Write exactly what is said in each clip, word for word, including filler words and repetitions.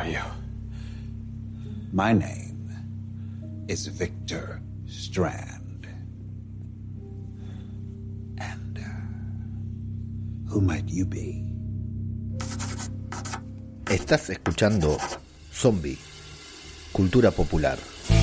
are you? My name is Victor Strand. And uh, who might you be? Estás escuchando Zombie, Cultura Popular.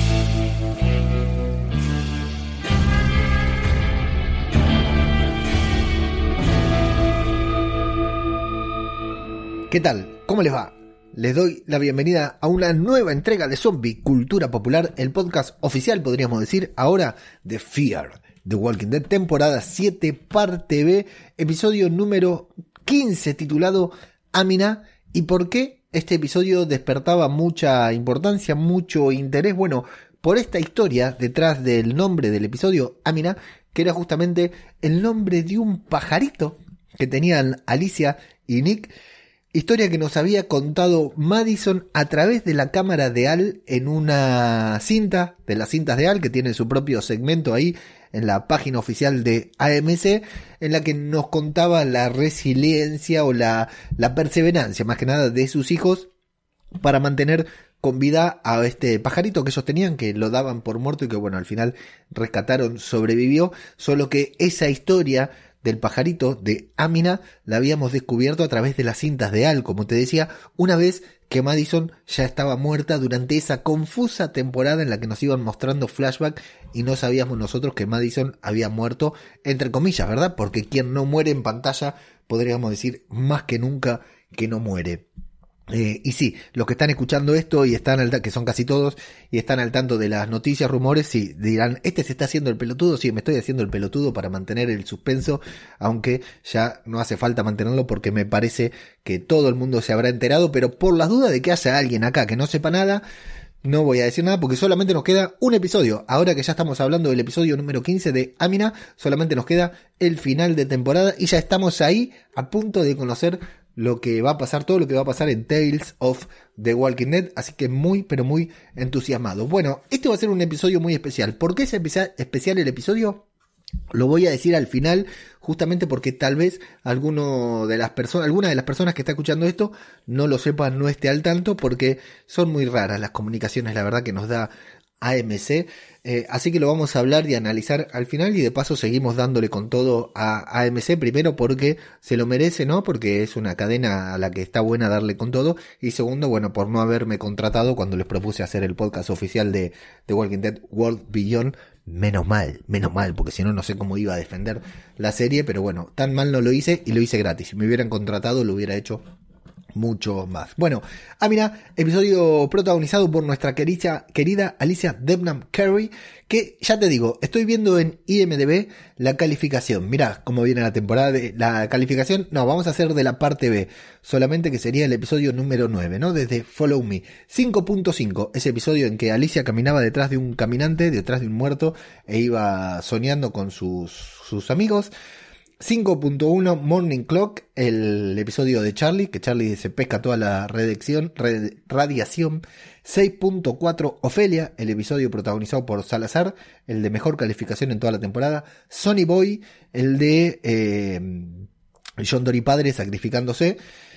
¿Qué tal? ¿Cómo les va? Les doy la bienvenida a una nueva entrega de Zombie, Cultura Popular, el podcast oficial, podríamos decir, ahora de Fear The Walking Dead, temporada siete, parte B, episodio número quince, titulado Amina. ¿Y por qué este episodio despertaba mucha importancia, mucho interés? Bueno, por esta historia detrás del nombre del episodio, Amina, que era justamente el nombre de un pajarito que tenían Alicia y Nick. Historia que nos había contado Madison a través de la cámara de Al en una cinta, de las cintas de Al, que tiene su propio segmento ahí en la página oficial de A M C, en la que nos contaba la resiliencia o la, la perseverancia, más que nada, de sus hijos para mantener con vida a este pajarito que ellos tenían, que lo daban por muerto y que, bueno, al final rescataron, sobrevivió, solo que esa historia del pajarito de Amina la habíamos descubierto a través de las cintas de Al, como te decía, una vez que Madison ya estaba muerta durante esa confusa temporada en la que nos iban mostrando flashback y no sabíamos nosotros que Madison había muerto, entre comillas, ¿verdad? Porque quien no muere en pantalla, podríamos decir más que nunca que no muere. Eh, y sí, los que están escuchando esto y están al que son casi todos y están al tanto de las noticias, rumores, sí, dirán, este se está haciendo el pelotudo. Sí, me estoy haciendo el pelotudo para mantener el suspenso, aunque ya no hace falta mantenerlo porque me parece que todo el mundo se habrá enterado, pero por las dudas de que haya alguien acá que no sepa nada, no voy a decir nada porque solamente nos queda un episodio. Ahora que ya estamos hablando del episodio número quince de Amina, solamente nos queda el final de temporada y ya estamos ahí a punto de conocer lo que va a pasar, todo lo que va a pasar en Tales of The Walking Dead, así que muy, pero muy entusiasmado. Bueno, este va a ser un episodio muy especial. ¿Por qué es especial el episodio? Lo voy a decir al final, justamente porque tal vez alguno de las personas, alguna de las personas que está escuchando esto no lo sepa, no esté al tanto, porque son muy raras las comunicaciones, la verdad, que nos da A M C, eh, así que lo vamos a hablar y analizar al final y de paso seguimos dándole con todo a A M C, primero porque se lo merece, ¿no? Porque es una cadena a la que está buena darle con todo, y segundo, bueno, por no haberme contratado cuando les propuse hacer el podcast oficial de The Walking Dead World Beyond. Menos mal, menos mal, porque si no, no sé cómo iba a defender la serie, pero bueno, tan mal no lo hice y lo hice gratis. Si me hubieran contratado lo hubiera hecho mucho más. Bueno, Amina, episodio protagonizado por nuestra querida, querida Alicia Debnam Carey, que ya te digo, estoy viendo en I M D B la calificación. Mirá cómo viene la temporada de la calificación. No, vamos a hacer de la parte B, solamente que sería el episodio número nueve, ¿no? Desde Follow Me. cinco punto cinco, ese episodio en que Alicia caminaba detrás de un caminante, detrás de un muerto, e iba soñando con sus, sus amigos. cinco punto uno Morning Clock, el episodio de Charlie, que Charlie se pesca toda la radiación. radiación. seis punto cuatro Ofelia, el episodio protagonizado por Salazar, el de mejor calificación en toda la temporada. Sonny Boy, el de eh, John Dory padre sacrificándose.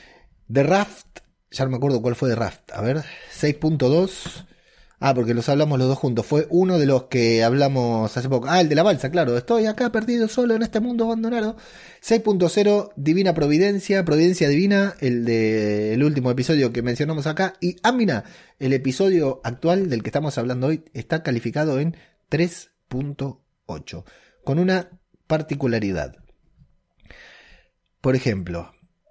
The Raft, ya no me acuerdo cuál fue The Raft, a ver, seis punto dos. Ah, porque los hablamos los dos juntos. Fue uno de los que hablamos hace poco. Ah, el de la balsa, claro. Estoy acá perdido solo en este mundo abandonado. seis punto cero, Divina Providencia, Providencia Divina, el de el último episodio que mencionamos acá. Y Amina, el episodio actual del que estamos hablando hoy, está calificado en tres punto ocho. Con una particularidad. Por ejemplo,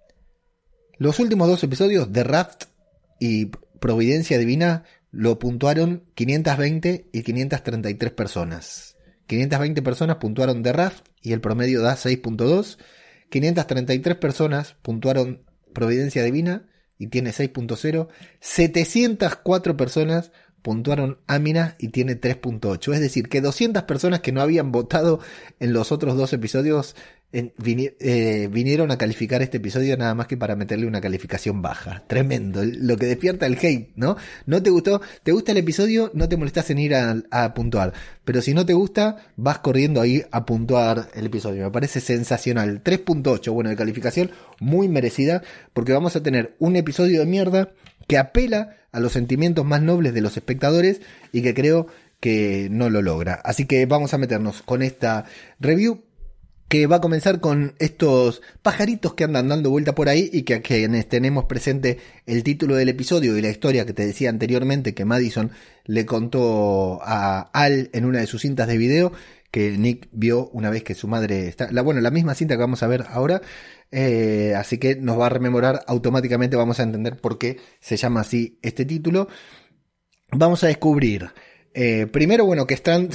los últimos dos episodios de Raft y Providencia Divina lo puntuaron quinientas veinte y quinientas treinta y tres personas. quinientas veinte personas puntuaron The Raft y el promedio da seis punto dos. quinientas treinta y tres personas puntuaron Providencia Divina y tiene seis punto cero. setecientas cuatro personas puntuaron Amina y tiene tres punto ocho. Es decir, que doscientas personas que no habían votado en los otros dos episodios en, vini, eh, vinieron a calificar este episodio nada más que para meterle una calificación baja. Tremendo, lo que despierta el hate, ¿no? ¿No te gustó? ¿Te gusta el episodio? No te molestas en ir a, a puntuar. Pero si no te gusta, vas corriendo ahí a puntuar el episodio. Me parece sensacional. tres punto ocho, bueno, de calificación muy merecida, porque vamos a tener un episodio de mierda que apela a los sentimientos más nobles de los espectadores y que creo que no lo logra. Así que vamos a meternos con esta review, que va a comenzar con estos pajaritos que andan dando vuelta por ahí y que a quienes tenemos presente el título del episodio y la historia que te decía anteriormente que Madison le contó a Al en una de sus cintas de video, que Nick vio una vez que su madre está, la, bueno, la misma cinta que vamos a ver ahora, eh, así que nos va a rememorar automáticamente, vamos a entender por qué se llama así este título. Vamos a descubrir Eh, primero, bueno, que Strand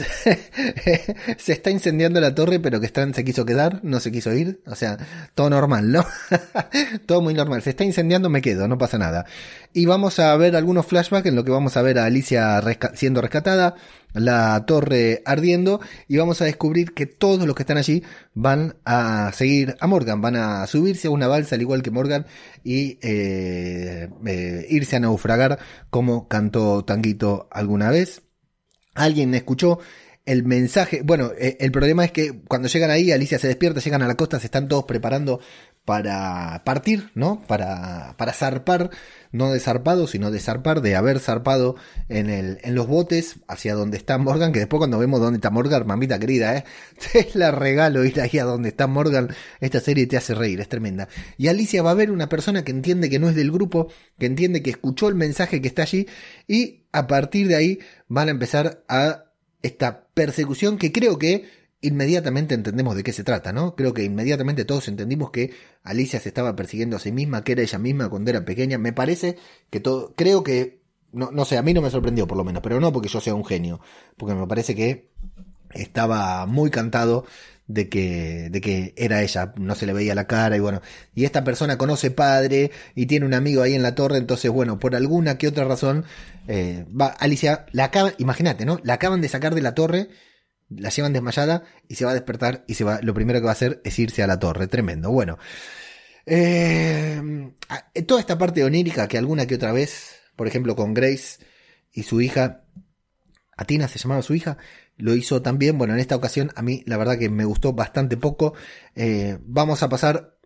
se está incendiando la torre, pero que Strand se quiso quedar, no se quiso ir, o sea, todo normal, ¿no? Todo muy normal, se está incendiando, me quedo, no pasa nada. Y vamos a ver algunos flashbacks en lo que vamos a ver a Alicia resca- siendo rescatada, la torre ardiendo, y vamos a descubrir que todos los que están allí van a seguir a Morgan, van a subirse a una balsa al igual que Morgan y eh, eh, irse a naufragar como cantó Tanguito alguna vez. Alguien escuchó el mensaje. Bueno, eh, el problema es que cuando llegan ahí, Alicia se despierta, llegan a la costa, se están todos preparando para partir, ¿no? Para, para zarpar, no de zarpado, sino de zarpar, de haber zarpado en el, en los botes hacia donde está Morgan, que después cuando vemos dónde está Morgan, mamita querida, ¿eh? Te la regalo ir ahí a donde está Morgan, esta serie te hace reír, es tremenda. Y Alicia va a ver una persona que entiende que no es del grupo, que entiende que escuchó el mensaje que está allí, y a partir de ahí van a empezar a esta persecución que creo que inmediatamente entendemos de qué se trata, ¿no? Creo que inmediatamente todos entendimos que Alicia se estaba persiguiendo a sí misma, que era ella misma cuando era pequeña. Me parece que todo, creo que, no, no sé, a mí no me sorprendió por lo menos, pero no porque yo sea un genio, porque me parece que estaba muy cantado de que, de que era ella, no se le veía la cara y bueno, y esta persona conoce padre y tiene un amigo ahí en la torre, entonces bueno, por alguna que otra razón, eh, va, Alicia, la acaba, imagínate, ¿no? La acaban de sacar de la torre, la llevan desmayada y se va a despertar y se va, lo primero que va a hacer es irse a la torre, tremendo, bueno. Eh, toda esta parte onírica que alguna que otra vez, por ejemplo con Grace y su hija, Atina se llamaba su hija, lo hizo también. Bueno, en esta ocasión a mí la verdad que me gustó bastante poco. Eh, vamos a pasar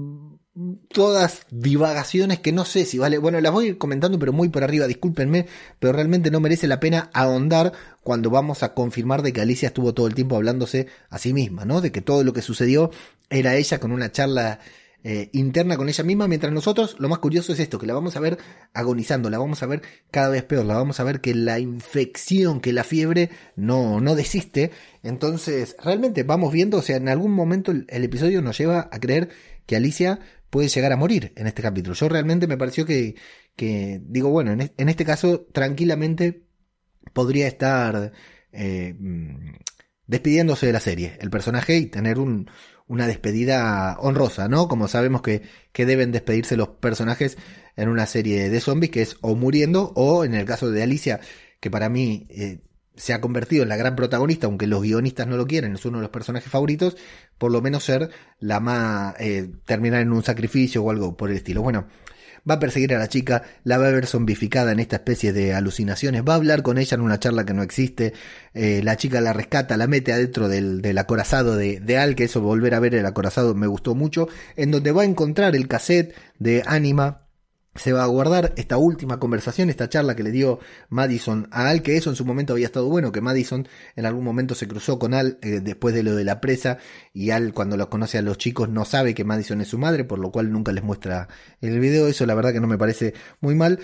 todas divagaciones que no sé si vale, bueno, las voy a ir comentando pero muy por arriba, discúlpenme, pero realmente no merece la pena ahondar cuando vamos a confirmar de que Alicia estuvo todo el tiempo hablándose a sí misma, ¿no? De que todo lo que sucedió era ella con una charla Eh, interna con ella misma, mientras nosotros lo más curioso es esto, que la vamos a ver agonizando, la vamos a ver cada vez peor, la vamos a ver que la infección, que la fiebre no, no desiste. Entonces realmente vamos viendo, o sea, en algún momento el, el episodio nos lleva a creer que Alicia puede llegar a morir en este capítulo. Yo realmente me pareció que, que digo, bueno, en, en este caso tranquilamente podría estar eh, despidiéndose de la serie el personaje y tener un una despedida honrosa, ¿no? Como sabemos que, que deben despedirse los personajes en una serie de zombies, que es o muriendo, o en el caso de Alicia, que para mí eh, se ha convertido en la gran protagonista, aunque los guionistas no lo quieren, es uno de los personajes favoritos, por lo menos ser la más, eh, terminar en un sacrificio o algo por el estilo. Bueno, va a perseguir a la chica, la va a ver zombificada en esta especie de alucinaciones, va a hablar con ella en una charla que no existe, eh, la chica la rescata, la mete adentro del, del acorazado de, de Al, que eso, volver a ver el acorazado me gustó mucho, en donde va a encontrar el cassette de Anima. Se va a guardar esta última conversación, esta charla que le dio Madison a Al, que eso en su momento había estado bueno, que Madison en algún momento se cruzó con Al eh, después de lo de la presa, y Al cuando lo conoce a los chicos no sabe que Madison es su madre, por lo cual nunca les muestra el video. Eso la verdad que no me parece muy mal,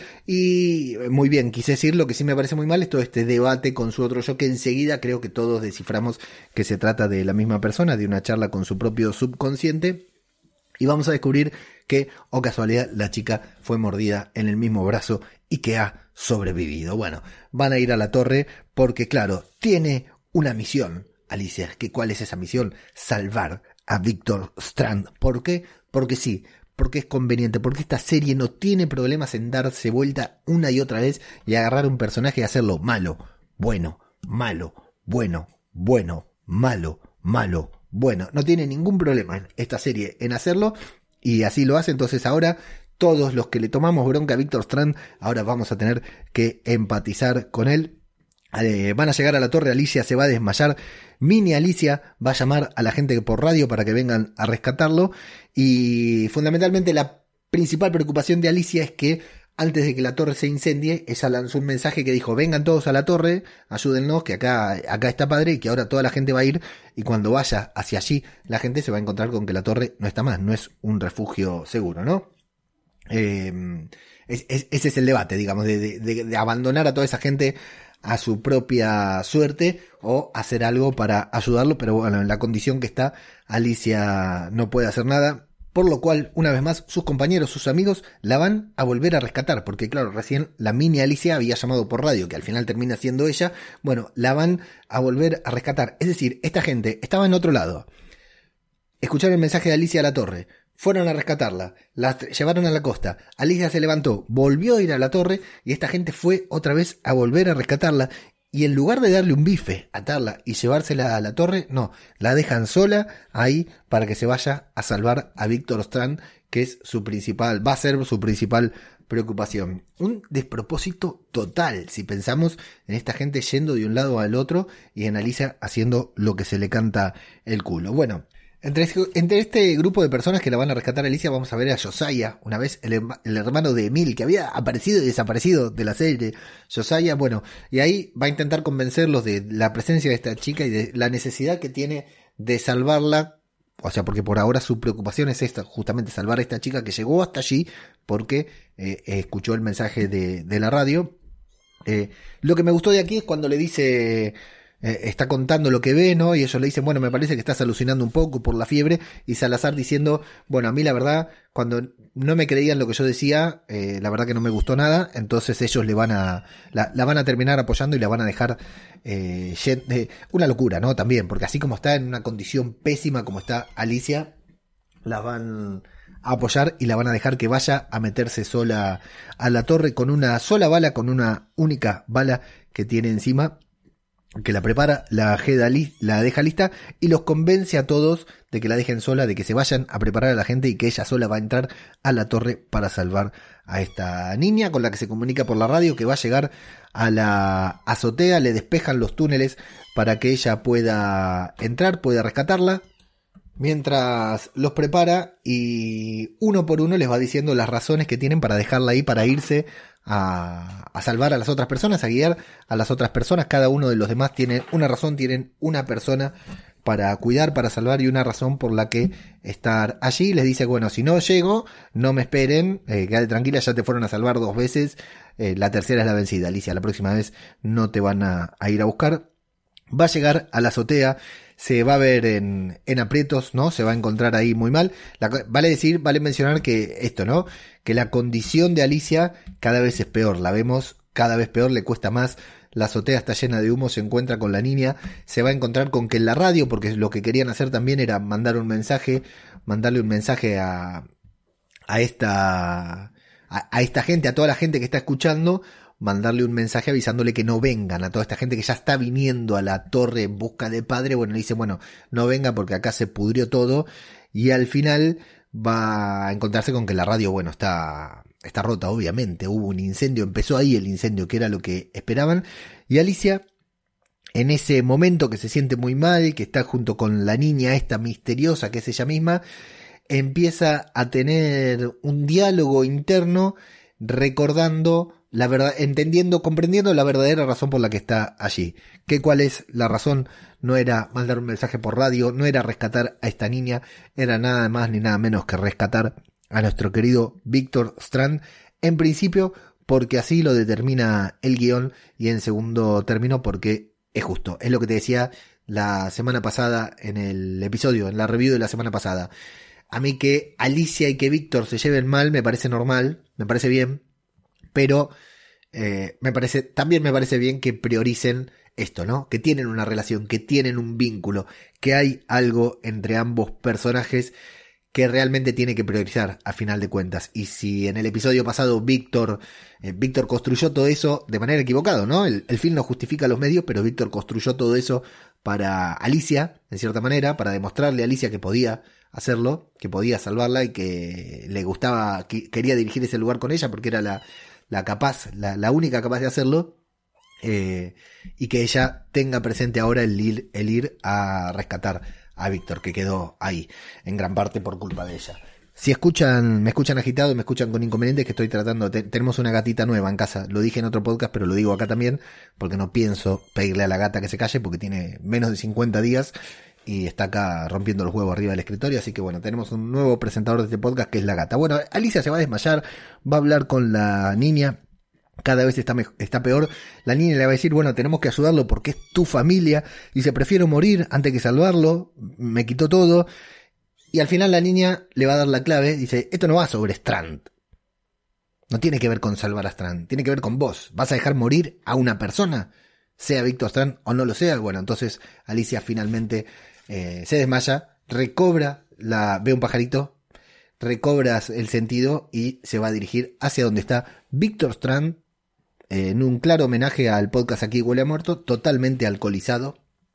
y muy bien, quise decir, lo que sí me parece muy mal es todo este debate con su otro yo, que enseguida creo que todos desciframos que se trata de la misma persona, de una charla con su propio subconsciente. Y vamos a descubrir que, oh casualidad, la chica fue mordida en el mismo brazo y que ha sobrevivido. Bueno, van a ir a la torre porque, claro, tiene una misión, Alicia. ¿Qué, ¿Cuál es esa misión? Salvar a Victor Strand. ¿Por qué? Porque sí, porque es conveniente, porque esta serie no tiene problemas en darse vuelta una y otra vez y agarrar un personaje y hacerlo malo, bueno, malo, bueno, bueno, malo, malo. Bueno, no tiene ningún problema en esta serie en hacerlo y así lo hace. Entonces ahora todos los que le tomamos bronca a Victor Strand, ahora vamos a tener que empatizar con él. Eh, van a llegar a la torre, Alicia se va a desmayar, Mini Alicia va a llamar a la gente por radio para que vengan a rescatarlo y fundamentalmente la principal preocupación de Alicia es que antes de que la torre se incendie, ella lanzó un mensaje que dijo, vengan todos a la torre, ayúdennos, que acá, acá está padre y que ahora toda la gente va a ir, y cuando vaya hacia allí, la gente se va a encontrar con que la torre no está más, no es un refugio seguro, ¿no? Eh, es, es, ese es el debate, digamos, de, de, de abandonar a toda esa gente a su propia suerte o hacer algo para ayudarlo, pero bueno, en la condición que está, Alicia no puede hacer nada, por lo cual, una vez más, sus compañeros, sus amigos, la van a volver a rescatar, porque claro, recién la mini Alicia había llamado por radio, que al final termina siendo ella, bueno, la van a volver a rescatar, es decir, esta gente estaba en otro lado, escucharon el mensaje de Alicia a la torre, fueron a rescatarla, la llevaron a la costa, Alicia se levantó, volvió a ir a la torre y esta gente fue otra vez a volver a rescatarla y en lugar de darle un bife, atarla y llevársela a la torre, no, la dejan sola ahí para que se vaya a salvar a Victor Strand, que es su principal, va a ser su principal preocupación. Un despropósito total si pensamos en esta gente yendo de un lado al otro y en Alicia haciendo lo que se le canta el culo. Bueno, Entre, entre este grupo de personas que la van a rescatar a Alicia vamos a ver a Josiah, una vez el, el hermano de Emil, que había aparecido y desaparecido de la serie. Josiah, bueno, y ahí va a intentar convencerlos de la presencia de esta chica y de la necesidad que tiene de salvarla, o sea, porque por ahora su preocupación es esta, justamente salvar a esta chica que llegó hasta allí porque eh, escuchó el mensaje de, de la radio. Eh, lo que me gustó de aquí es cuando le dice... Eh, está contando lo que ve, ¿no? Y ellos le dicen, bueno, me parece que estás alucinando un poco por la fiebre. Y Salazar diciendo, bueno, a mí la verdad, cuando no me creían lo que yo decía, eh, la verdad que no me gustó nada. Entonces ellos le van a, la, la van a terminar apoyando y la van a dejar eh, eh, una locura, ¿no? También, porque así como está en una condición pésima como está Alicia, la van a apoyar y la van a dejar que vaya a meterse sola a la torre con una sola bala, con una única bala que tiene encima, que la prepara, la, li- la deja lista y los convence a todos de que la dejen sola, de que se vayan a preparar a la gente y que ella sola va a entrar a la torre para salvar a esta niña con la que se comunica por la radio, que va a llegar a la azotea, le despejan los túneles para que ella pueda entrar, pueda rescatarla, mientras los prepara y uno por uno les va diciendo las razones que tienen para dejarla ahí, para irse A, a salvar a las otras personas, a guiar a las otras personas. Cada uno de los demás tiene una razón, tienen una persona para cuidar, para salvar y una razón por la que estar allí. Les dice, bueno, si no llego, no me esperen, eh, quédate tranquila, ya te fueron a salvar dos veces, eh, la tercera es la vencida, Alicia, la próxima vez no te van a, a ir a buscar. Va a llegar a la azotea, se va a ver en, en aprietos, ¿no? Se va a encontrar ahí muy mal. La, vale decir, vale mencionar que esto, ¿no? Que la condición de Alicia cada vez es peor, la vemos cada vez peor, le cuesta más, la azotea está llena de humo, se encuentra con la niña, se va a encontrar con que en la radio, porque lo que querían hacer también era mandar un mensaje, mandarle un mensaje a, a esta, a, a esta gente, a toda la gente que está escuchando, mandarle un mensaje avisándole que no vengan, a toda esta gente que ya está viniendo a la torre en busca de padre. Bueno, le dice, bueno, no venga porque acá se pudrió todo, y al final va a encontrarse con que la radio, bueno, está, está rota, obviamente, hubo un incendio, empezó ahí el incendio, que era lo que esperaban, y Alicia, en ese momento que se siente muy mal, que está junto con la niña esta misteriosa que es ella misma, empieza a tener un diálogo interno recordando la verdad, entendiendo, comprendiendo la verdadera razón por la que está allí. ¿Qué cuál es la razón? No era mandar un mensaje por radio, no era rescatar a esta niña, era nada más ni nada menos que rescatar a nuestro querido Victor Strand, en principio porque así lo determina el guión, y en segundo término porque es justo, es lo que te decía la semana pasada en el episodio, en la review de la semana pasada. A mí que Alicia y que Victor se lleven mal me parece normal, me parece bien, pero eh, me parece, también me parece bien que prioricen esto, ¿no? Que tienen una relación, que tienen un vínculo, que hay algo entre ambos personajes que realmente tiene que priorizar a final de cuentas. Y si en el episodio pasado Víctor eh, Víctor construyó todo eso de manera equivocada, ¿no? El, el film no justifica los medios, pero Víctor construyó todo eso para Alicia, en cierta manera, para demostrarle a Alicia que podía hacerlo, que podía salvarla y que le gustaba, que quería dirigir ese lugar con ella porque era la la capaz, la, la única capaz de hacerlo, eh, y que ella tenga presente ahora el ir, el ir a rescatar a Víctor, que quedó ahí, en gran parte por culpa de ella. Si escuchan, me escuchan agitado, me escuchan con inconvenientes, que estoy tratando, te, tenemos una gatita nueva en casa, lo dije en otro podcast, pero lo digo acá también, porque no pienso pedirle a la gata que se calle, porque tiene menos de cincuenta días y está acá rompiendo los huevos arriba del escritorio, así que bueno, tenemos un nuevo presentador de este podcast que es la gata. Bueno, Alicia se va a desmayar, va a hablar con la niña, cada vez está, me, está peor, la niña le va a decir, bueno, tenemos que ayudarlo porque es tu familia, y dice, prefiero morir antes que salvarlo, me quitó todo. Y al final la niña le va a dar la clave, dice, esto no va sobre Strand. No tiene que ver con salvar a Strand, tiene que ver con vos. ¿Vas a dejar morir a una persona? Sea Victor Strand o no lo sea. Bueno, entonces Alicia finalmente eh, se desmaya, recobra, la ve un pajarito, recobras el sentido y se va a dirigir hacia donde está Victor Strand, eh, en un claro homenaje al podcast Aquí Huele a Muerto, totalmente alcoholizado,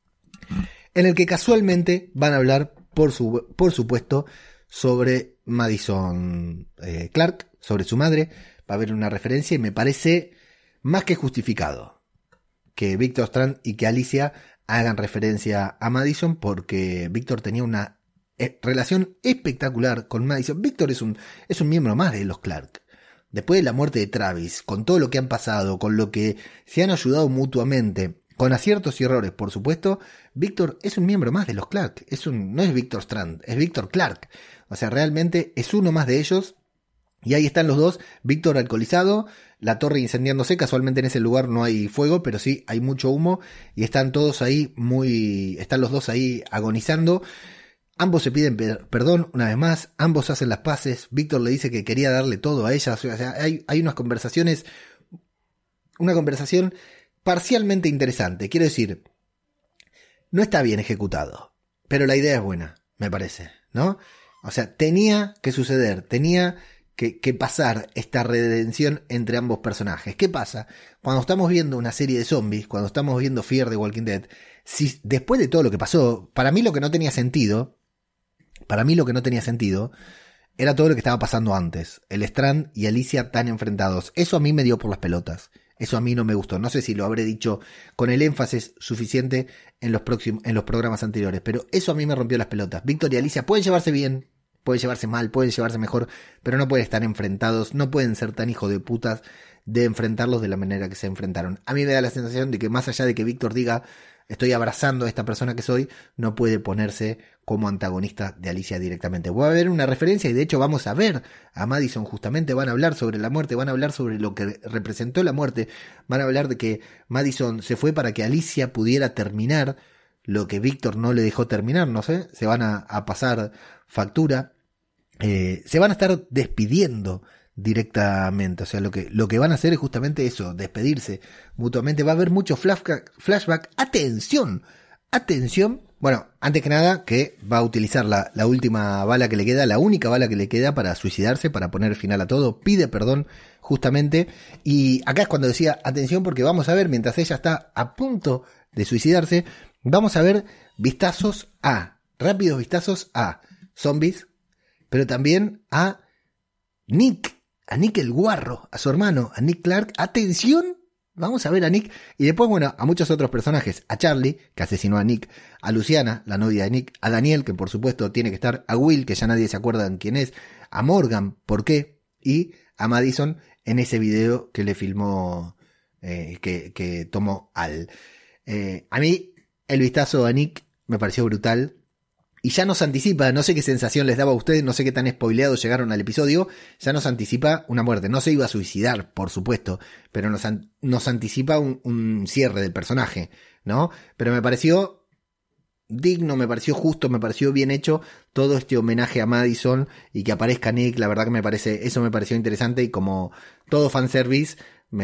en el que casualmente van a hablar Por, su, por supuesto, sobre Madison eh, Clark, sobre su madre. Va a haber una referencia y me parece más que justificado que Victor Strand y que Alicia hagan referencia a Madison, porque Victor tenía una eh, relación espectacular con Madison. Victor es un, es un miembro más de los Clark. Después de la muerte de Travis, con todo lo que han pasado, con lo que se han ayudado mutuamente, con aciertos y errores, por supuesto, Victor es un miembro más de los Clark. Es un, no es Victor Strand, es Victor Clark. O sea, realmente es uno más de ellos. Y ahí están los dos, Victor alcoholizado, la torre incendiándose. Casualmente en ese lugar no hay fuego, pero sí hay mucho humo. Y están todos ahí muy... Están los dos ahí agonizando. Ambos se piden per- perdón una vez más. Ambos hacen las paces. Victor le dice que quería darle todo a ella. O sea, hay, hay unas conversaciones... Una conversación... parcialmente interesante, quiero decir, no está bien ejecutado, pero la idea es buena, me parece, ¿no? O sea, tenía que suceder, tenía que, que pasar esta redención entre ambos personajes. ¿Qué pasa? Cuando estamos viendo una serie de zombies, cuando estamos viendo Fear the Walking Dead, si después de todo lo que pasó, para mí lo que no tenía sentido, para mí lo que no tenía sentido, era todo lo que estaba pasando antes, el Strand y Alicia tan enfrentados. Eso a mí me dio por las pelotas. Eso a mí no me gustó. No sé si lo habré dicho con el énfasis suficiente en los próximos, en los programas anteriores, pero eso a mí me rompió las pelotas. Victor y Alicia pueden llevarse bien, pueden llevarse mal, pueden llevarse mejor, pero no pueden estar enfrentados, no pueden ser tan hijos de putas de enfrentarlos de la manera que se enfrentaron. A mí me da la sensación de que más allá de que Victor diga estoy abrazando a esta persona que soy, no puede ponerse como antagonista de Alicia directamente. Va a haber una referencia y de hecho vamos a ver a Madison justamente, van a hablar sobre la muerte, van a hablar sobre lo que representó la muerte, van a hablar de que Madison se fue para que Alicia pudiera terminar lo que Victor no le dejó terminar, no sé, se van a, a pasar factura, eh, se van a estar despidiendo directamente, o sea, lo que, lo que van a hacer es justamente eso, despedirse mutuamente. Va a haber mucho flashback, flashback. Atención, atención, bueno, antes que nada que va a utilizar la, la última bala que le queda, la única bala que le queda para suicidarse, para poner final a todo, pide perdón justamente, y acá es cuando decía atención, porque vamos a ver, mientras ella está a punto de suicidarse, vamos a ver vistazos a, rápidos vistazos a zombies, pero también a Nick, a Nick el guarro, a su hermano, a Nick Clark. Atención, vamos a ver a Nick. Y después, bueno, a muchos otros personajes. A Charlie, que asesinó a Nick. A Luciana, la novia de Nick. A Daniel, que por supuesto tiene que estar. A Will, que ya nadie se acuerda en quién es. A Morgan, ¿por qué? Y a Madison en ese video que le filmó, eh, que, que tomó Al. Eh, a mí, el vistazo a Nick me pareció brutal. Y ya nos anticipa, no sé qué sensación les daba a ustedes, no sé qué tan spoileados llegaron al episodio, ya nos anticipa una muerte. No se iba a suicidar, por supuesto, pero nos, an- nos anticipa un, un cierre del personaje, ¿no? Pero me pareció digno, me pareció justo, me pareció bien hecho todo este homenaje a Madison y que aparezca Nick, la verdad que me parece, eso me pareció interesante y como todo fanservice,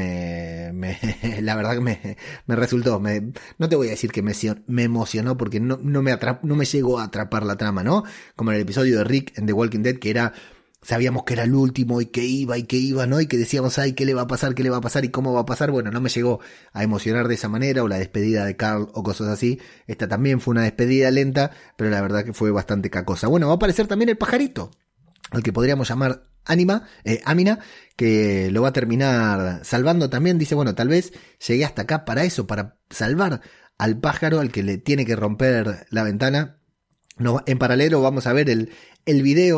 me, me, la verdad que me, me resultó, me, no te voy a decir que me, me emocionó porque no, no me atrap, no me llegó a atrapar la trama, ¿no? Como en el episodio de Rick en The Walking Dead, que era, sabíamos que era el último y que iba y que iba, ¿no? Y que decíamos, ay, ¿qué le va a pasar? ¿Qué le va a pasar? ¿Y cómo va a pasar? Bueno, no me llegó a emocionar de esa manera, o la despedida de Carl o cosas así. Esta también fue una despedida lenta, pero la verdad que fue bastante cacosa. Bueno, va a aparecer también el pajarito, al que podríamos llamar Anima, eh, Amina, que lo va a terminar salvando también. Dice, bueno, tal vez llegué hasta acá para eso, para salvar al pájaro al que le tiene que romper la ventana. No, en paralelo vamos a ver el, el video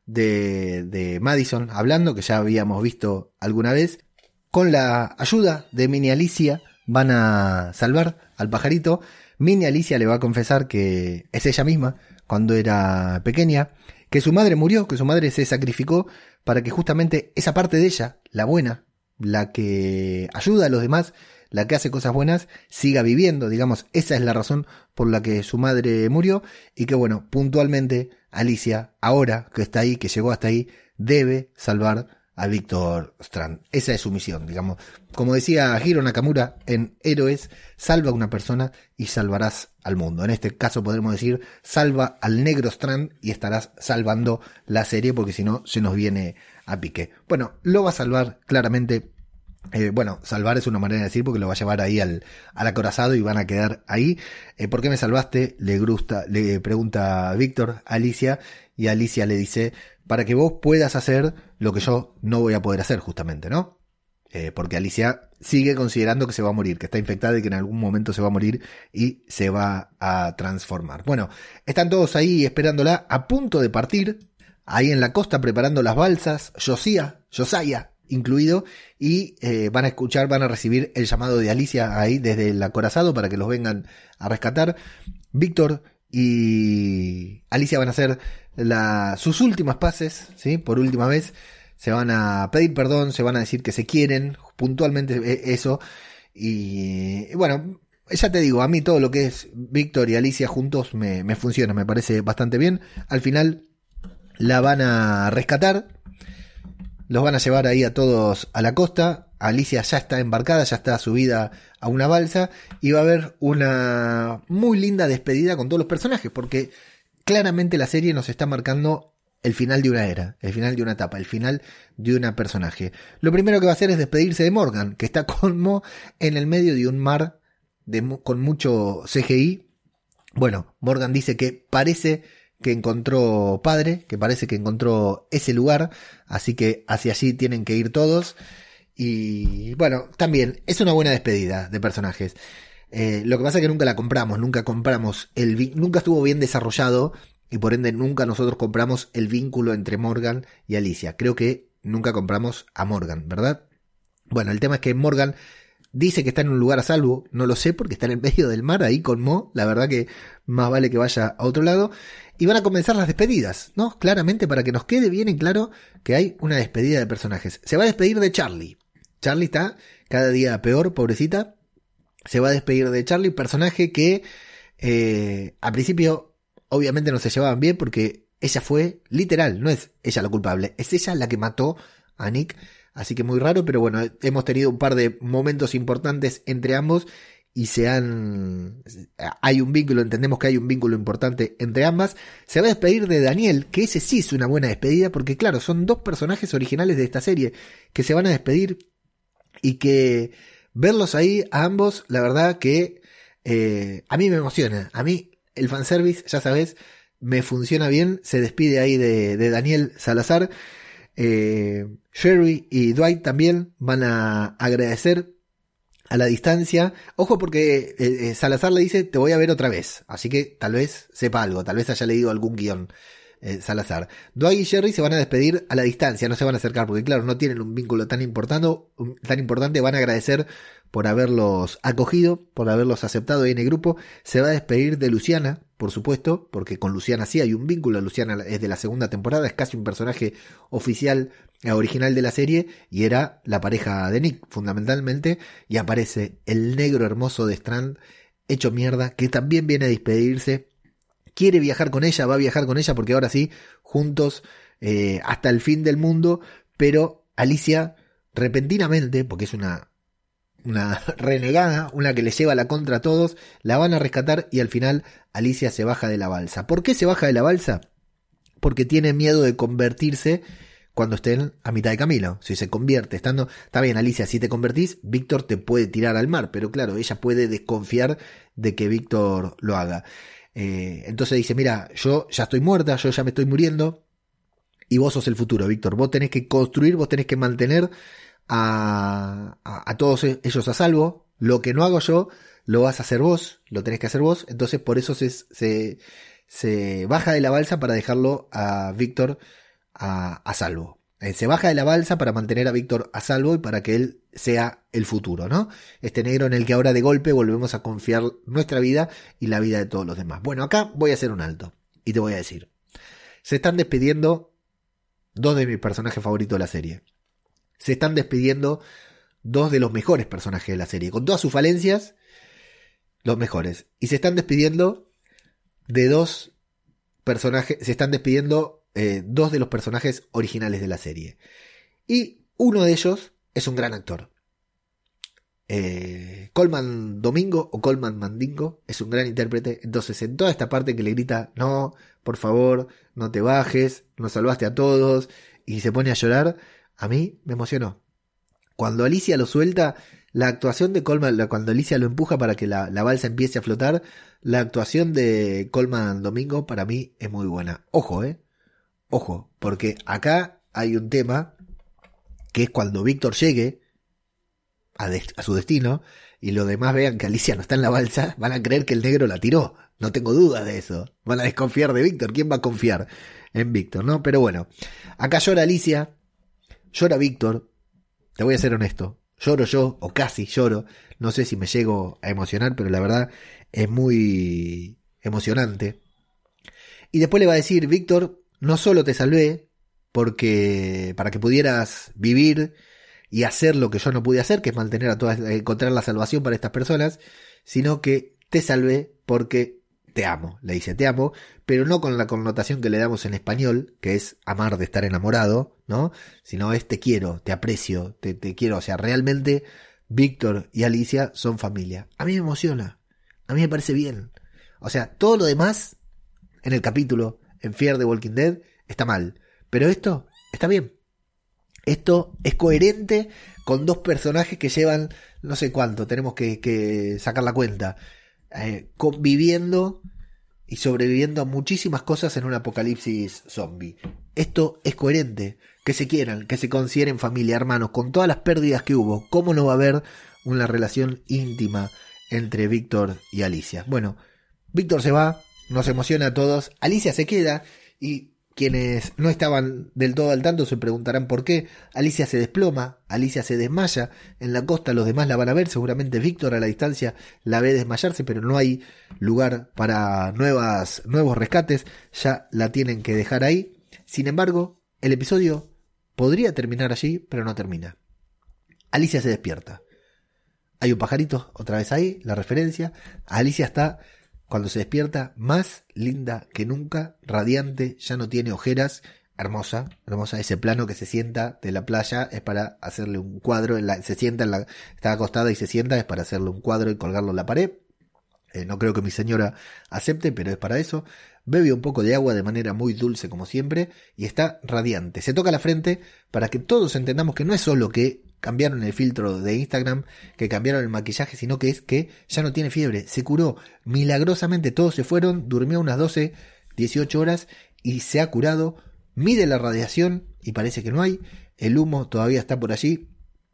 de, de Madison hablando, que ya habíamos visto alguna vez. Con la ayuda de Mini Alicia van a salvar al pajarito. Mini Alicia le va a confesar que es ella misma cuando era pequeña, que su madre murió, que su madre se sacrificó para que justamente esa parte de ella, la buena, la que ayuda a los demás, la que hace cosas buenas, siga viviendo, digamos, esa es la razón por la que su madre murió, y que bueno, puntualmente Alicia, ahora que está ahí, que llegó hasta ahí, debe salvar a Victor Strand. Esa es su misión, digamos. Como decía Hiro Nakamura en Héroes, salva a una persona y salvarás al mundo. En este caso podremos decir, salva al negro Strand y estarás salvando la serie, porque si no se nos viene a pique. Bueno, lo va a salvar claramente. Eh, bueno, salvar es una manera de decir, porque lo va a llevar ahí al, al acorazado y van a quedar ahí. Eh, ¿Por qué me salvaste? Le, gusta, le pregunta Víctor a Alicia, y Alicia le dice, para que vos puedas hacer lo que yo no voy a poder hacer, justamente, ¿no? Eh, porque Alicia sigue considerando que se va a morir, que está infectada y que en algún momento se va a morir y se va a transformar. Bueno, están todos ahí esperándola, a punto de partir, ahí en la costa preparando las balsas, Josiah, Josiah incluido, y eh, van a escuchar, van a recibir el llamado de Alicia ahí desde el acorazado para que los vengan a rescatar. Víctor y Alicia van a hacer la, sus últimas paces, ¿sí? Por última vez, se van a pedir perdón, se van a decir que se quieren, puntualmente eso, y, y bueno, ya te digo, a mí todo lo que es Víctor y Alicia juntos me, me funciona, me parece bastante bien. Al final la van a rescatar, los van a llevar ahí a todos a la costa. Alicia ya está embarcada, ya está subida a una balsa, y va a haber una muy linda despedida con todos los personajes, porque claramente la serie nos está marcando el final de una era, el final de una etapa, el final de una personaje. Lo primero que va a hacer es despedirse de Morgan, que está como en el medio de un mar de, con mucho C G I. Bueno, Morgan dice que parece que encontró padre, que parece que encontró ese lugar, así que hacia allí tienen que ir todos. Y bueno, también es una buena despedida de personajes. Eh, lo que pasa es que nunca la compramos, nunca compramos el nunca estuvo bien desarrollado, y por ende nunca nosotros compramos el vínculo entre Morgan y Alicia. Creo que nunca compramos a Morgan, ¿verdad? Bueno, el tema es que Morgan dice que está en un lugar a salvo, no lo sé porque está en el medio del mar ahí con Mo, la verdad que más vale que vaya a otro lado. Y van a comenzar las despedidas, ¿no? Claramente, para que nos quede bien en claro que hay una despedida de personajes. Se va a despedir de Charlie. Charlie está cada día peor, pobrecita. Se va a despedir de Charlie, personaje que eh, al principio obviamente no se llevaban bien, porque ella fue literal, no es ella la culpable, es ella la que mató a Nick. Así que muy raro, pero bueno, hemos tenido un par de momentos importantes entre ambos y se han... hay un vínculo, entendemos que hay un vínculo importante entre ambas. Se va a despedir de Daniel, que ese sí es una buena despedida, porque claro, son dos personajes originales de esta serie que se van a despedir, y que verlos ahí a ambos, la verdad que eh, a mí me emociona. A mí el fanservice, ya sabes, me funciona bien. Se despide ahí de, de Daniel Salazar. Eh, Sherry y Dwight también van a agradecer a la distancia. Ojo, porque eh, Salazar le dice, te voy a ver otra vez, así que tal vez sepa algo, tal vez haya leído algún guión. eh, Salazar. Dwight y Sherry se van a despedir a la distancia, no se van a acercar, porque claro, no tienen un vínculo tan importante, tan importante. Van a agradecer por haberlos acogido, por haberlos aceptado ahí en el grupo. Se va a despedir de Luciana, por supuesto, porque con Luciana sí hay un vínculo. Luciana es de la segunda temporada, es casi un personaje oficial, original de la serie, y era la pareja de Nick, fundamentalmente, y aparece el negro hermoso de Strand, hecho mierda, que también viene a despedirse. Quiere viajar con ella, va a viajar con ella, porque ahora sí, juntos eh, hasta el fin del mundo. Pero Alicia, repentinamente, porque es una, una renegada, una que le lleva la contra a todos, la van a rescatar, y al final Alicia se baja de la balsa. ¿Por qué se baja de la balsa? Porque tiene miedo de convertirse cuando estén a mitad de camino. Si se convierte estando... Está bien, Alicia, si te convertís, Víctor te puede tirar al mar, pero claro, ella puede desconfiar de que Víctor lo haga. Eh, entonces dice, mira, yo ya estoy muerta, yo ya me estoy muriendo, y vos sos el futuro, Víctor. Vos tenés que construir, vos tenés que mantener a, a, a todos ellos a salvo. Lo que no hago yo, lo vas a hacer vos, lo tenés que hacer vos. Entonces por eso se, se, se baja de la balsa para dejarlo a Víctor a, a salvo. Eh, se baja de la balsa para mantener a Víctor a salvo y para que él sea el futuro, ¿no? Este negro en el que ahora de golpe volvemos a confiar nuestra vida y la vida de todos los demás. Bueno, acá voy a hacer un alto y te voy a decir. Se están despidiendo dos de mis personajes favoritos de la serie. Se están despidiendo dos de los mejores personajes de la serie. Con todas sus falencias, los mejores. Y se están despidiendo de dos personajes. Se están despidiendo eh, dos de los personajes originales de la serie. Y uno de ellos es un gran actor. Eh, Colman Domingo o Colman Mandingo es un gran intérprete. Entonces, en toda esta parte que le grita, no, por favor, no te bajes, nos salvaste a todos, y se pone a llorar, a mí me emocionó. Cuando Alicia lo suelta, la actuación de Colman, cuando Alicia lo empuja para que la, la balsa empiece a flotar, la actuación de Colman Domingo para mí es muy buena. Ojo, eh, ojo, porque acá hay un tema que es cuando Víctor llegue a, de, a su destino y los demás vean que Alicia no está en la balsa, van a creer que el negro la tiró. No tengo dudas de eso. Van a desconfiar de Víctor. ¿Quién va a confiar en Víctor, no? Pero bueno, acá llora Alicia, llora Víctor. Te voy a ser honesto. Lloro yo, o casi lloro. No sé si me llego a emocionar, pero la verdad es muy emocionante. Y después le va a decir, Víctor, no solo te salvé porque para que pudieras vivir y hacer lo que yo no pude hacer, que es mantener a todas, encontrar la salvación para estas personas, sino que te salvé porque te amo. Le dice, te amo, pero no con la connotación que le damos en español, que es amar de estar enamorado, ¿no? Sino es te quiero, te aprecio, te, te quiero. O sea, realmente Víctor y Alicia son familia. A mí me emociona, a mí me parece bien. O sea, todo lo demás en el capítulo, en Fear the Walking Dead, está mal. Pero esto está bien. Esto es coherente con dos personajes que llevan no sé cuánto, tenemos que, que sacar la cuenta, eh, conviviendo y sobreviviendo a muchísimas cosas en un apocalipsis zombie. Esto es coherente, que se quieran, que se consideren familia, hermanos, con todas las pérdidas que hubo. ¿Cómo no va a haber una relación íntima entre Víctor y Alicia? Bueno, Víctor se va, nos emociona a todos, Alicia se queda y quienes no estaban del todo al tanto se preguntarán por qué. Alicia se desploma, Alicia se desmaya. En la costa los demás la van a ver. Seguramente Víctor a la distancia la ve desmayarse, pero no hay lugar para nuevas, nuevos rescates. Ya la tienen que dejar ahí. Sin embargo, el episodio podría terminar allí, pero no termina. Alicia se despierta. Hay un pajarito, otra vez ahí, la referencia. Alicia está... Cuando se despierta, más linda que nunca, radiante, ya no tiene ojeras, hermosa, hermosa. Ese plano que se sienta de la playa es para hacerle un cuadro, en la, se sienta, en la, está acostada y se sienta, es para hacerle un cuadro y colgarlo en la pared. Eh, no creo que mi señora acepte, pero es para eso. Bebe un poco de agua de manera muy dulce como siempre y está radiante. Se toca la frente para que todos entendamos que no es solo que cambiaron el filtro de Instagram, que cambiaron el maquillaje, sino que es que ya no tiene fiebre, se curó milagrosamente, todos se fueron, durmió unas doce, dieciocho horas y se ha curado, mide la radiación y parece que no hay, el humo todavía está por allí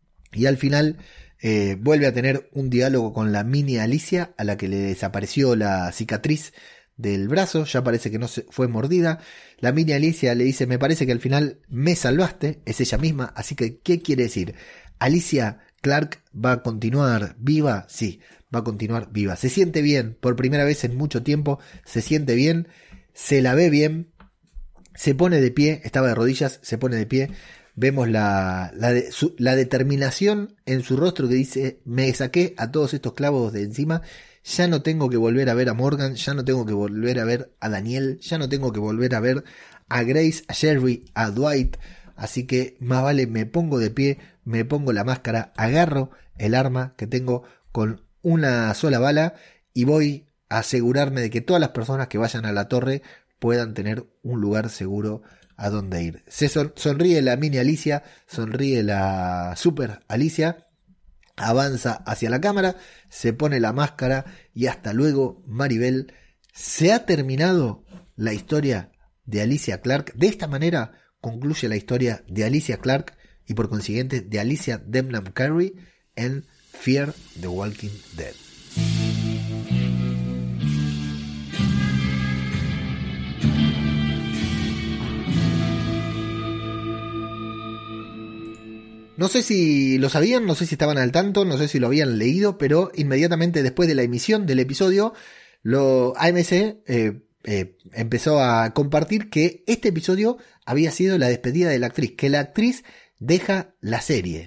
y al final eh, vuelve a tener un diálogo con la mini Alicia a la que le desapareció la cicatriz del brazo, ya parece que no se fue mordida. La mini Alicia le dice, me parece que al final me salvaste, es ella misma, así que ¿qué quiere decir? Alicia Clark va a continuar viva, sí, va a continuar viva, se siente bien, por primera vez en mucho tiempo, se siente bien, se la ve bien, se pone de pie, estaba de rodillas, se pone de pie, vemos la, la, de, su, la determinación en su rostro que dice, me saqué a todos estos clavos de encima, ya no tengo que volver a ver a Morgan, ya no tengo que volver a ver a Daniel, ya no tengo que volver a ver a Grace, a Sherry, a Dwight, así que más vale me pongo de pie, me pongo la máscara, agarro el arma que tengo con una sola bala y voy a asegurarme de que todas las personas que vayan a la torre puedan tener un lugar seguro a donde ir. Se son, sonríe la mini Alicia, sonríe la super Alicia, avanza hacia la cámara, se pone la máscara y hasta luego Maribel. Se ha terminado la historia de Alicia Clark. De esta manera concluye la historia de Alicia Clark y por consiguiente de Alicia Debnam Carey en Fear the Walking Dead. No sé si lo sabían, no sé si estaban al tanto, no sé si lo habían leído, pero inmediatamente después de la emisión del episodio, lo, A M C eh, eh, empezó a compartir que este episodio había sido la despedida de la actriz, que la actriz deja la serie.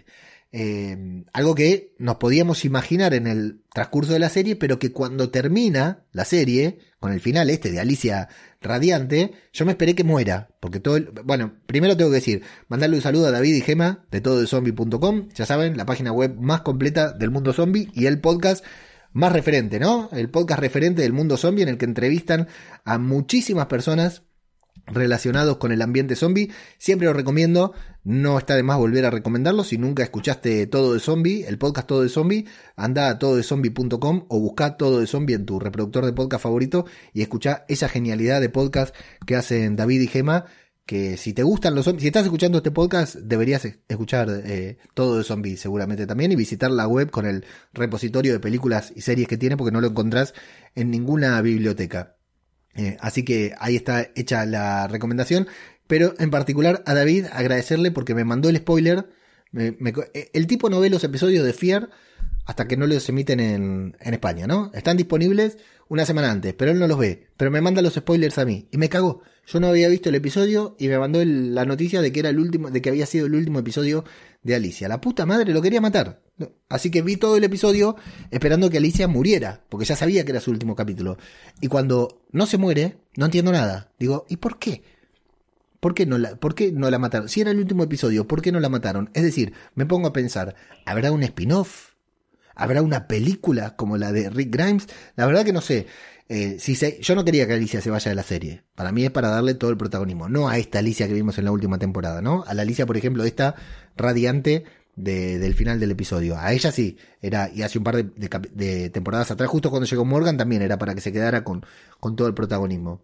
Eh, algo que nos podíamos imaginar en el transcurso de la serie, pero que cuando termina la serie, con el final este de Alicia radiante, yo me esperé que muera, porque todo el, bueno, primero tengo que decir, mandarle un saludo a David y Gema de todo de zombie punto com, ya saben, la página web más completa del mundo zombie y el podcast más referente, ¿no? El podcast referente del mundo zombie en el que entrevistan a muchísimas personas relacionados con el ambiente zombie. Siempre lo recomiendo, no está de más volver a recomendarlo. Si nunca escuchaste Todo de Zombie, el podcast Todo de Zombie, anda a todo de zombie punto com o busca Todo de Zombie en tu reproductor de podcast favorito y escucha esa genialidad de podcast que hacen David y Gema, que si te gustan los zombies, si estás escuchando este podcast, deberías escuchar eh, Todo de Zombie seguramente también y visitar la web con el repositorio de películas y series que tiene, porque no lo encontrás en ninguna biblioteca. Eh, así que ahí está hecha la recomendación, pero en particular a David agradecerle porque me mandó el spoiler. Me, me, el tipo no ve los episodios de Fear hasta que no los emiten en, en España, ¿no? Están disponibles una semana antes, pero él no los ve, pero me manda los spoilers a mí y me cagó. Yo no había visto el episodio y me mandó el, la noticia de que era el último, de que había sido el último episodio de Alicia. La puta madre, lo quería matar. Así que vi todo el episodio esperando que Alicia muriera, porque ya sabía que era su último capítulo. Y cuando no se muere, no entiendo nada. Digo, ¿y por qué? ¿Por qué no la, por qué no la mataron? Si era el último episodio, ¿por qué no la mataron? Es decir, me pongo a pensar, ¿habrá un spin-off? ¿Habrá una película como la de Rick Grimes? La verdad que no sé. Eh, si se, yo no quería que Alicia se vaya de la serie. Para mí es para darle todo el protagonismo. No a esta Alicia que vimos en la última temporada, ¿no? A la Alicia, por ejemplo, esta radiante de, del final del episodio. A ella sí, era, y hace un par de, de, de temporadas atrás, justo cuando llegó Morgan, también era para que se quedara con, con todo el protagonismo.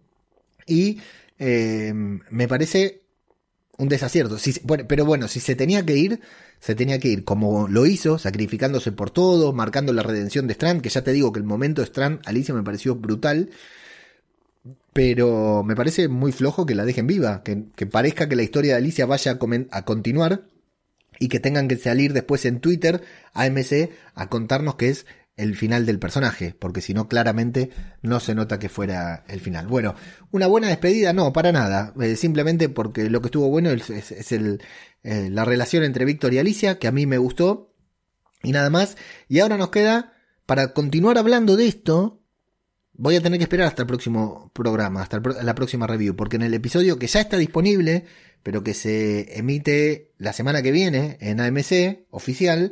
Y eh, me parece un desacierto. Si, bueno, pero bueno, si se tenía que ir, se tenía que ir como lo hizo, sacrificándose por todo, marcando la redención de Strand, que ya te digo que el momento de Strand, Alicia, me pareció brutal. Pero me parece muy flojo que la dejen viva, que, que parezca que la historia de Alicia vaya a, comen, a continuar y que tengan que salir después en Twitter A M C a contarnos que es el final del personaje, porque si no claramente no se nota que fuera el final. Bueno, una buena despedida, no, para nada, eh, simplemente porque lo que estuvo bueno es, es, es el, eh, la relación entre Víctor y Alicia, que a mí me gustó, y nada más. Y ahora nos queda, para continuar hablando de esto, voy a tener que esperar hasta el próximo programa, hasta el pro- la próxima review, porque en el episodio que ya está disponible, pero que se emite la semana que viene en A M C oficial,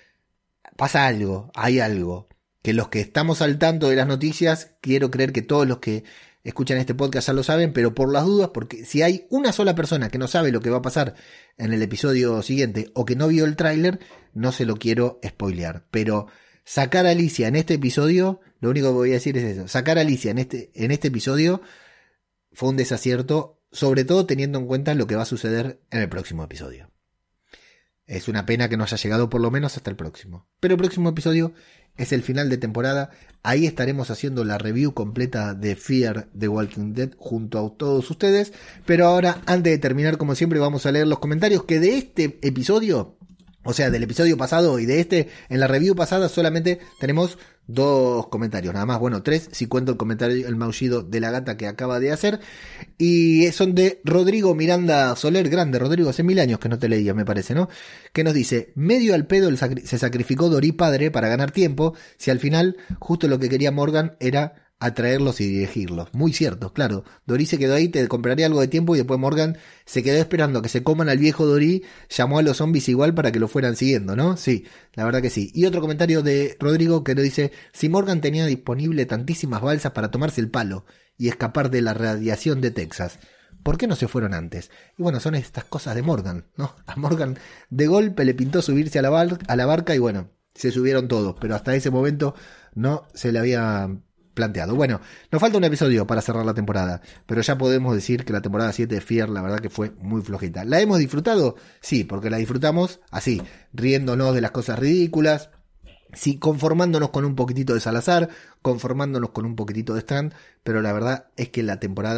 pasa algo, hay algo, que los que estamos al tanto de las noticias, quiero creer que todos los que escuchan este podcast ya lo saben, pero por las dudas, porque si hay una sola persona que no sabe lo que va a pasar en el episodio siguiente o que no vio el tráiler, no se lo quiero spoilear, pero sacar a Alicia en este episodio, lo único que voy a decir es eso, sacar a Alicia en este, en este episodio fue un desacierto, sobre todo teniendo en cuenta lo que va a suceder en el próximo episodio. Es una pena que no haya llegado por lo menos hasta el próximo. Pero el próximo episodio es el final de temporada. Ahí estaremos haciendo la review completa de Fear the Walking Dead junto a todos ustedes. Pero ahora, antes de terminar, como siempre, vamos a leer los comentarios que de este episodio, o sea, del episodio pasado y de este, en la review pasada solamente tenemos dos comentarios, nada más, bueno, tres, si cuento el comentario, el maullido de la gata que acaba de hacer, y son de Rodrigo Miranda Soler, grande, Rodrigo, hace mil años que no te leía, me parece, ¿no? Que nos dice, medio al pedo el sacri- se sacrificó Dory padre para ganar tiempo, si al final justo lo que quería Morgan era atraerlos y dirigirlos. Muy cierto, claro. Dory se quedó ahí, te compraría algo de tiempo y después Morgan se quedó esperando a que se coman al viejo Dory, llamó a los zombies igual para que lo fueran siguiendo, ¿no? Sí, la verdad que sí. Y otro comentario de Rodrigo que nos dice, si Morgan tenía disponible tantísimas balsas para tomarse el palo y escapar de la radiación de Texas, ¿por qué no se fueron antes? Y bueno, son estas cosas de Morgan, ¿no? A Morgan de golpe le pintó subirse a la, bar- a la barca y bueno, se subieron todos, pero hasta ese momento no se le había planteado. Bueno, nos falta un episodio para cerrar la temporada, pero ya podemos decir que la temporada siete de Fear, la verdad que fue muy flojita. ¿La hemos disfrutado? Sí, porque la disfrutamos así, riéndonos de las cosas ridículas, sí, conformándonos con un poquitito de Salazar, conformándonos con un poquitito de Strand, pero la verdad es que la temporada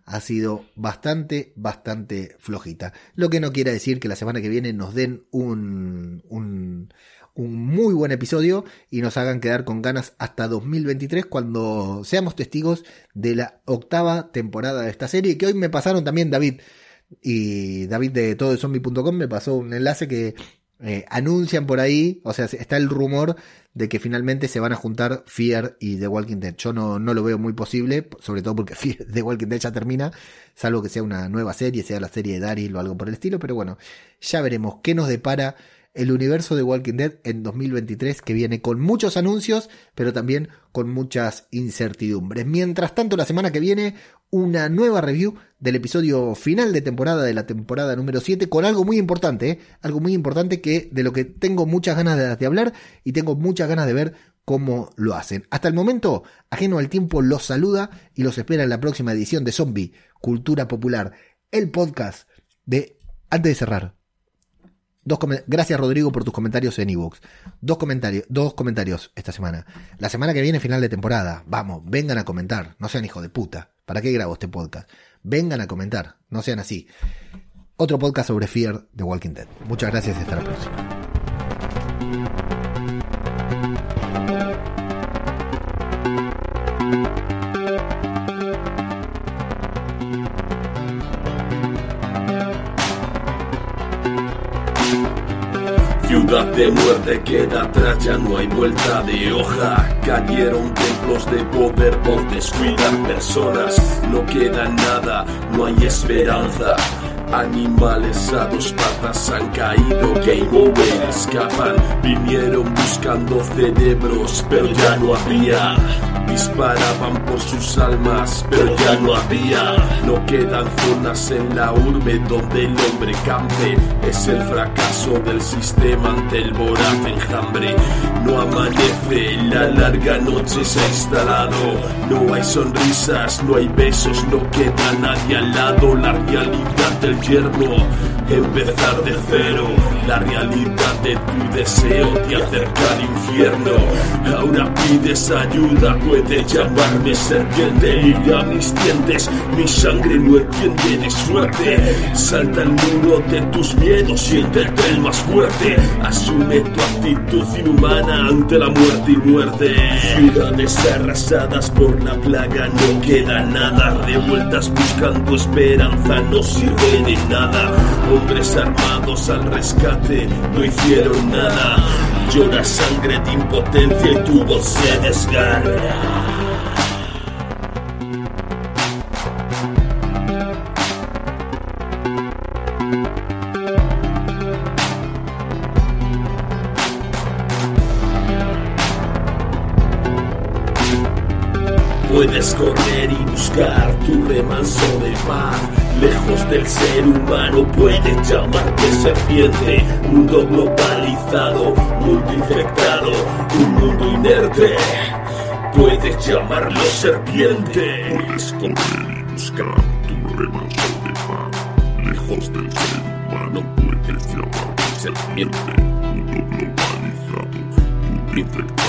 ha sido bastante, bastante flojita. Lo que no quiere decir que la semana que viene nos den un, un, un muy buen episodio y nos hagan quedar con ganas hasta dos mil veintitrés, cuando seamos testigos de la octava temporada de esta serie, que hoy me pasaron también David, y David de todo de zombie punto com me pasó un enlace que eh, anuncian por ahí, o sea, está el rumor de que finalmente se van a juntar Fear y The Walking Dead. Yo no, no lo veo muy posible, sobre todo porque Fear, The Walking Dead ya termina, salvo que sea una nueva serie, sea la serie de Daryl o algo por el estilo, pero bueno, ya veremos qué nos depara el universo de Walking Dead en dos mil veintitrés, que viene con muchos anuncios, pero también con muchas incertidumbres. Mientras tanto, la semana que viene, una nueva review del episodio final de temporada, de la temporada número siete, con algo muy importante, ¿eh? algo muy importante que de lo que tengo muchas ganas de, de hablar y tengo muchas ganas de ver cómo lo hacen. Hasta el momento, Ajeno al Tiempo los saluda y los espera en la próxima edición de Zombie, Cultura Popular, el podcast de... Antes de cerrar, Dos com- Gracias, Rodrigo, por tus comentarios en iVoox. Dos comentarios, dos comentarios esta semana. La semana que viene, final de temporada. Vamos, vengan a comentar. No sean hijos de puta. ¿Para qué grabo este podcast? Vengan a comentar. No sean así. Otro podcast sobre Fear The Walking Dead. Muchas gracias y hasta la próxima. Ciudad de muerte queda atrás, ya no hay vuelta de hoja. Cayeron templos de poder por descuidar personas. No queda nada, no hay esperanza. Animales a dos patas han caído, game over, escapan. Vinieron buscando cerebros, pero ya no había. Disparaban por sus almas, pero ya no había. No quedan zonas en la urbe donde el hombre campe. Es el fracaso del sistema ante el voraz enjambre. No amanece, la larga noche se ha instalado. No hay sonrisas, no hay besos, no queda nadie al lado. La realidad del yermo, empezar de cero. La realidad de tu deseo te acerca al infierno. Ahora pides ayuda, puedes llamarme serpiente. Mira mis dientes, mi sangre no entiende de suerte. Salta el muro de tus miedos, siéntete el más fuerte. Asume tu actitud inhumana ante la muerte y muerte. Ciudades arrasadas por la plaga, no queda nada. Revueltas buscando esperanza, no sirve de nada. Hombres armados al rescate, no hicieron nada. Llora sangre de impotencia y tu voz se desgarra. Puedes correr y buscar tu remanso de paz. Lejos del ser humano puedes llamarte serpiente. Mundo globalizado, mundo infectado, un mundo inerte. Puedes llamarlo serpiente. Puedes correr y buscar tu remanso de paz. Lejos del ser humano puedes llamarte serpiente. Mundo globalizado, mundo infectado.